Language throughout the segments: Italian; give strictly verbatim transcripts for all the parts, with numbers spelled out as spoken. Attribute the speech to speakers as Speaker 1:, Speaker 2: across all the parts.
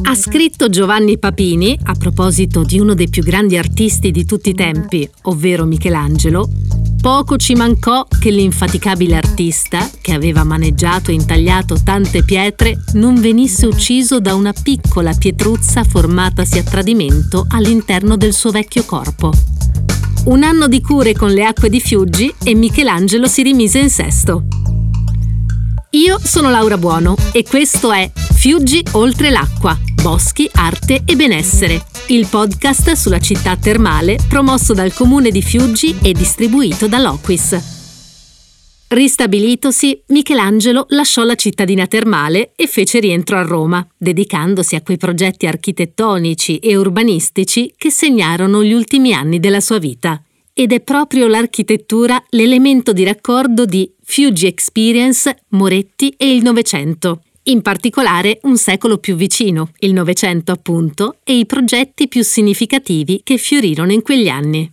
Speaker 1: Ha scritto Giovanni Papini, a proposito di uno dei più grandi artisti di tutti i tempi, ovvero Michelangelo: poco ci mancò che l'infaticabile artista, che aveva maneggiato e intagliato tante pietre, non venisse ucciso da una piccola pietruzza formatasi a tradimento all'interno del suo vecchio corpo. Un anno di cure con le acque di Fiuggi e Michelangelo si rimise in sesto. Io sono Laura Buono e questo è Fiuggi oltre l'acqua, boschi, arte e benessere, il podcast sulla città termale promosso dal comune di Fiuggi e distribuito da Loquis. Ristabilitosi, Michelangelo lasciò la cittadina termale e fece rientro a Roma, dedicandosi a quei progetti architettonici e urbanistici che segnarono gli ultimi anni della sua vita. Ed è proprio l'architettura l'elemento di raccordo di Fiuggi Experience, Moretti e il Novecento, in particolare un secolo più vicino, il Novecento appunto, e i progetti più significativi che fiorirono in quegli anni.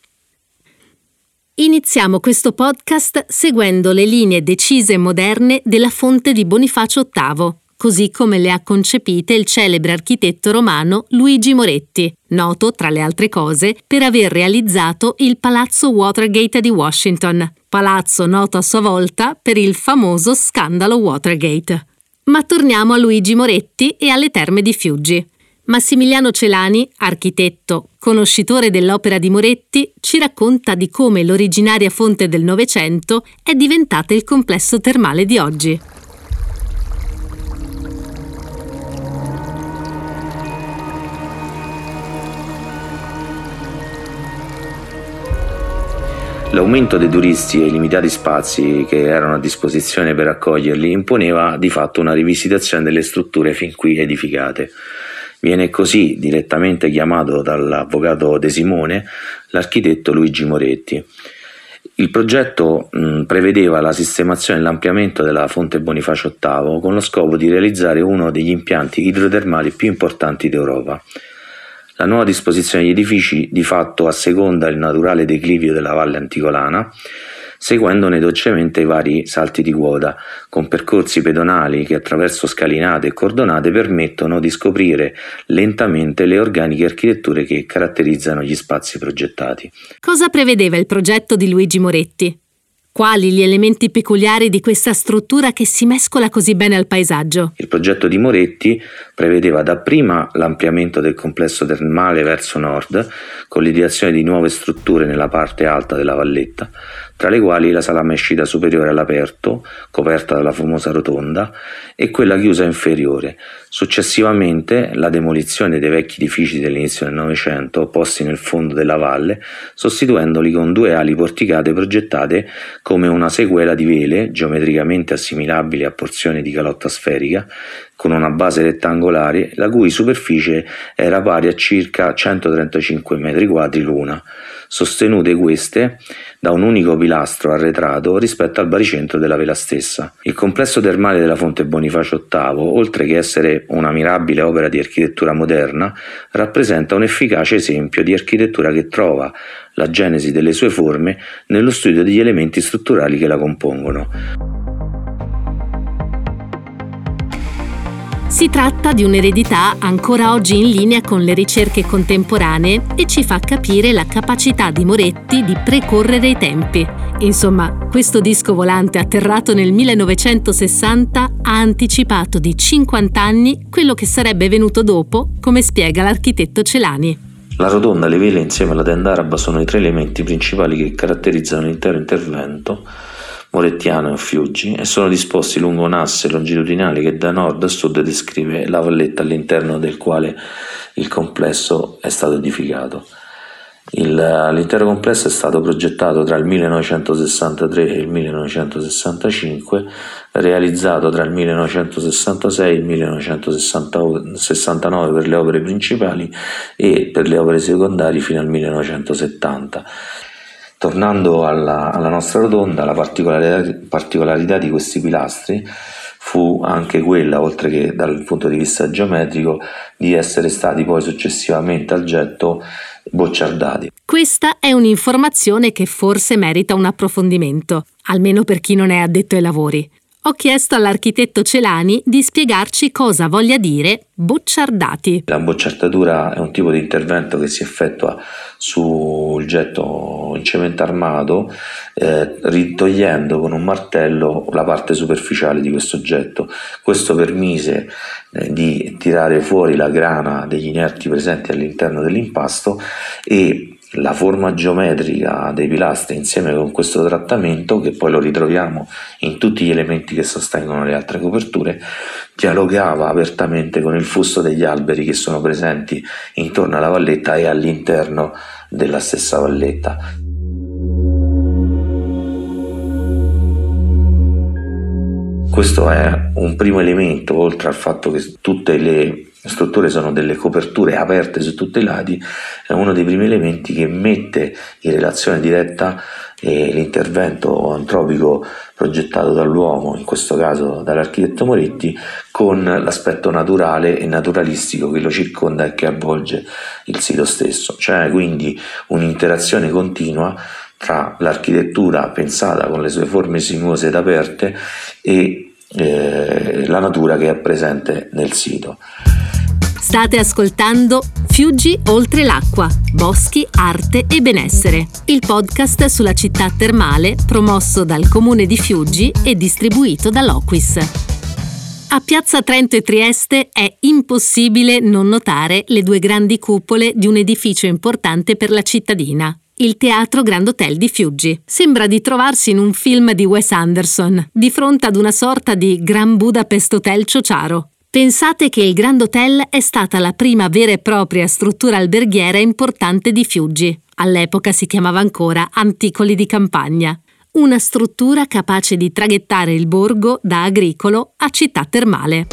Speaker 1: Iniziamo questo podcast seguendo le linee decise e moderne della fonte di Bonifacio ottavo, così come le ha concepite il celebre architetto romano Luigi Moretti, noto, tra le altre cose, per aver realizzato il Palazzo Watergate di Washington, palazzo noto a sua volta per il famoso scandalo Watergate. Ma torniamo a Luigi Moretti e alle Terme di Fiuggi. Massimiliano Celani, architetto, conoscitore dell'opera di Moretti, ci racconta di come l'originaria fonte del Novecento è diventata il complesso termale di oggi.
Speaker 2: L'aumento dei turisti e i limitati spazi che erano a disposizione per accoglierli imponeva di fatto una rivisitazione delle strutture fin qui edificate. Viene così direttamente chiamato dall'avvocato De Simone l'architetto Luigi Moretti. Il progetto mh, prevedeva la sistemazione e l'ampliamento della fonte Bonifacio ottavo con lo scopo di realizzare uno degli impianti idrotermali più importanti d'Europa. La nuova disposizione degli edifici di fatto asseconda il naturale declivio della valle anticolana, seguendone dolcemente i vari salti di quota, con percorsi pedonali che attraverso scalinate e cordonate permettono di scoprire lentamente le organiche architetture che caratterizzano gli spazi progettati.
Speaker 1: Cosa prevedeva il progetto di Luigi Moretti? Quali gli elementi peculiari di questa struttura che si mescola così bene al paesaggio?
Speaker 2: Il progetto di Moretti prevedeva dapprima l'ampliamento del complesso termale verso nord, con l'ideazione di nuove strutture nella parte alta della valletta, tra le quali la sala mescita superiore all'aperto, coperta dalla famosa rotonda, e quella chiusa inferiore. Successivamente la demolizione dei vecchi edifici dell'inizio del Novecento, posti nel fondo della valle, sostituendoli con due ali porticate progettate come una sequela di vele, geometricamente assimilabili a porzioni di calotta sferica, con una base rettangolare, la cui superficie era pari a circa centotrentacinque metri quadri l'una, sostenute queste da un unico pilastro arretrato rispetto al baricentro della vela stessa. Il complesso termale della fonte Bonifacio ottavo, oltre che essere una mirabile opera di architettura moderna, rappresenta un efficace esempio di architettura che trova la genesi delle sue forme nello studio degli elementi strutturali che la compongono.
Speaker 1: Si tratta di un'eredità ancora oggi in linea con le ricerche contemporanee e ci fa capire la capacità di Moretti di precorrere i tempi. Insomma, questo disco volante atterrato nel millenovecentosessanta ha anticipato di cinquanta anni quello che sarebbe venuto dopo, come spiega l'architetto Celani.
Speaker 2: La rotonda, le vele insieme alla tenda araba sono i tre elementi principali che caratterizzano l'intero intervento morettiano in Fiuggi e sono disposti lungo un asse longitudinale che da nord a sud descrive la valletta all'interno del quale il complesso è stato edificato. Il, l'intero complesso è stato progettato tra il millenovecentosessantatré e il millenovecentosessantacinque, realizzato tra il millenovecentosessantasei e il millenovecentosessantanove per le opere principali e per le opere secondarie fino al millenovecentosettanta. Tornando alla, alla nostra rotonda, la particolarità, particolarità di questi pilastri fu anche quella, oltre che dal punto di vista geometrico, di essere stati poi successivamente al getto bocciardati.
Speaker 1: Questa è un'informazione che forse merita un approfondimento, almeno per chi non è addetto ai lavori. ho chiesto all'architetto Celani di spiegarci cosa voglia dire bocciardati.
Speaker 2: La bocciardatura è un tipo di intervento che si effettua sul getto in cemento armato, eh, ritogliendo con un martello la parte superficiale di questo getto. Questo permise eh, di tirare fuori la grana degli inerti presenti all'interno dell'impasto, e la forma geometrica dei pilastri insieme con questo trattamento, che poi lo ritroviamo in tutti gli elementi che sostengono le altre coperture, dialogava apertamente con il fusto degli alberi che sono presenti intorno alla valletta e all'interno della stessa valletta. Questo è un primo elemento, oltre al fatto che tutte le strutture sono delle coperture aperte su tutti i lati, è uno dei primi elementi che mette in relazione diretta eh, l'intervento antropico progettato dall'uomo, in questo caso dall'architetto Moretti, con l'aspetto naturale e naturalistico che lo circonda e che avvolge il sito stesso. C'è quindi un'interazione continua tra l'architettura pensata con le sue forme sinuose ed aperte e eh, la natura che è presente nel sito.
Speaker 1: State ascoltando Fiuggi oltre l'acqua, boschi, arte e benessere, il podcast sulla città termale promosso dal Comune di Fiuggi e distribuito da Loquis. A Piazza Trento e Trieste è impossibile non notare le due grandi cupole di un edificio importante per la cittadina, il Teatro Grand Hotel di Fiuggi. Sembra di trovarsi in un film di Wes Anderson, di fronte ad una sorta di Grand Budapest Hotel Ciociaro. Pensate che il Grand Hotel è stata la prima vera e propria struttura alberghiera importante di Fiuggi. All'epoca si chiamava ancora Anticoli di Campagna. Una struttura capace di traghettare il borgo da agricolo a città termale.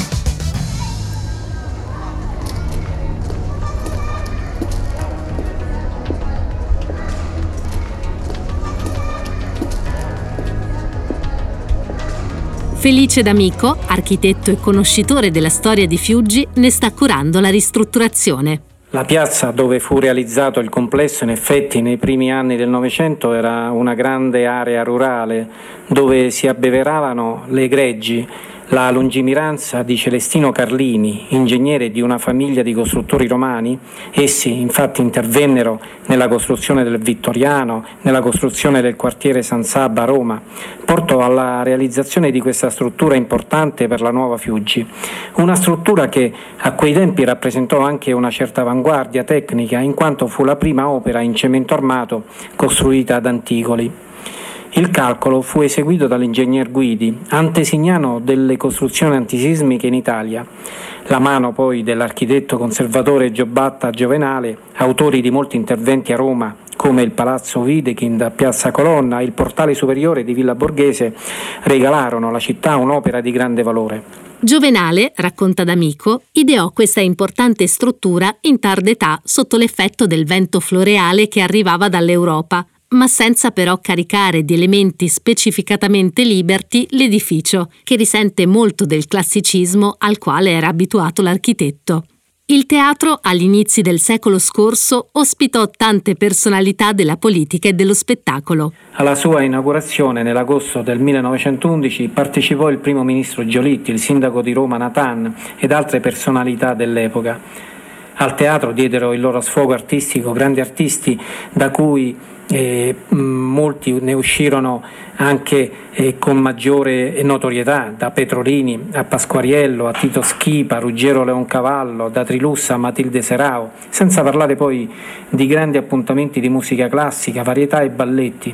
Speaker 1: Felice D'Amico, architetto e conoscitore della storia di Fiuggi, ne sta curando la ristrutturazione.
Speaker 3: La piazza dove fu realizzato il complesso, in effetti, nei primi anni del Novecento era una grande area rurale dove si abbeveravano le greggi. La lungimiranza di Celestino Carlini, ingegnere di una famiglia di costruttori romani, essi infatti intervennero nella costruzione del Vittoriano, nella costruzione del quartiere San Sabba a Roma, portò alla realizzazione di questa struttura importante per la nuova Fiuggi. Una struttura che a quei tempi rappresentò anche una certa avanguardia tecnica, in quanto fu la prima opera in cemento armato costruita ad Anticoli. Il calcolo fu eseguito dall'ingegner Guidi, antesignano delle costruzioni antisismiche in Italia. La mano poi dell'architetto conservatore Giobatta Giovenale, autori di molti interventi a Roma, come il Palazzo Widekind a Piazza Colonna e il Portale Superiore di Villa Borghese, regalarono alla città un'opera di grande valore.
Speaker 1: Giovenale, racconta D'Amico, ideò questa importante struttura in tarda età sotto l'effetto del vento floreale che arrivava dall'Europa, ma senza però caricare di elementi specificatamente liberty l'edificio, che risente molto del classicismo al quale era abituato l'architetto. Il teatro, agli inizi del secolo scorso, ospitò tante personalità della politica e dello spettacolo.
Speaker 3: Alla sua inaugurazione nell'agosto del millenovecentoundici partecipò il primo ministro Giolitti, il sindaco di Roma Nathan ed altre personalità dell'epoca. Al teatro diedero il loro sfogo artistico grandi artisti, da cui eh, molti ne uscirono anche eh, con maggiore notorietà, da Petrolini a Pasquariello, a Tito Schipa, Ruggero Leoncavallo, da Trilussa a Matilde Serao, senza parlare poi di grandi appuntamenti di musica classica, varietà e balletti.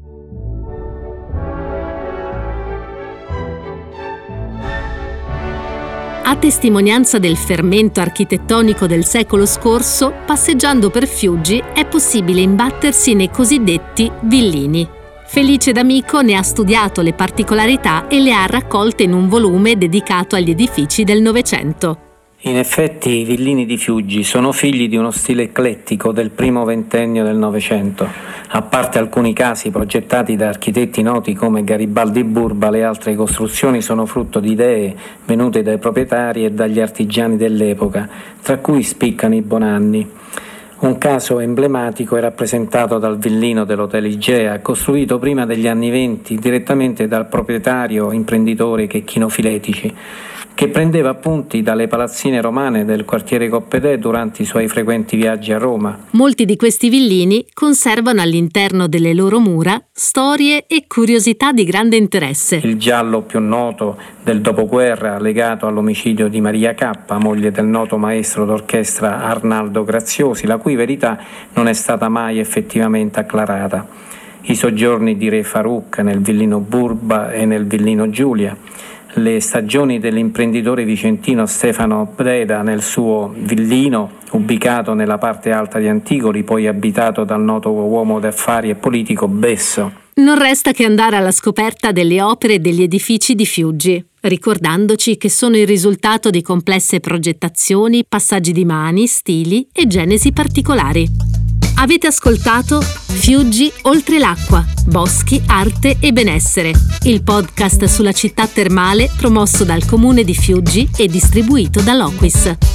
Speaker 1: A testimonianza del fermento architettonico del secolo scorso, passeggiando per Fiuggi è possibile imbattersi nei cosiddetti villini. Felice D'Amico ne ha studiato le particolarità e le ha raccolte in un volume dedicato agli edifici del Novecento.
Speaker 3: In effetti i villini di Fiuggi sono figli di uno stile eclettico del primo ventennio del Novecento. A parte alcuni casi progettati da architetti noti come Garibaldi Burba, le altre costruzioni sono frutto di idee venute dai proprietari e dagli artigiani dell'epoca, tra cui spiccano i Bonanni. Un caso emblematico è rappresentato dal villino dell'Hotel Igea, costruito prima degli anni venti direttamente dal proprietario imprenditore Checchino Filetici, che prendeva appunti dalle palazzine romane del quartiere Coppedè durante i suoi frequenti viaggi a Roma.
Speaker 1: Molti di questi villini conservano all'interno delle loro mura storie e curiosità di grande interesse.
Speaker 3: Il giallo più noto del dopoguerra, legato all'omicidio di Maria Cappa, moglie del noto maestro d'orchestra Arnaldo Graziosi, la cui verità non è stata mai effettivamente acclarata. I soggiorni di Re Farouk nel villino Burba e nel villino Giulia. Le stagioni dell'imprenditore vicentino Stefano Breda nel suo villino, ubicato nella parte alta di Antigoli, poi abitato dal noto uomo d'affari e politico Besso.
Speaker 1: Non resta che andare alla scoperta delle opere e degli edifici di Fiuggi, ricordandoci che sono il risultato di complesse progettazioni, passaggi di mani, stili e genesi particolari. Avete ascoltato Fiuggi oltre l'acqua, boschi, arte e benessere, il podcast sulla città termale promosso dal comune di Fiuggi e distribuito da Loquis.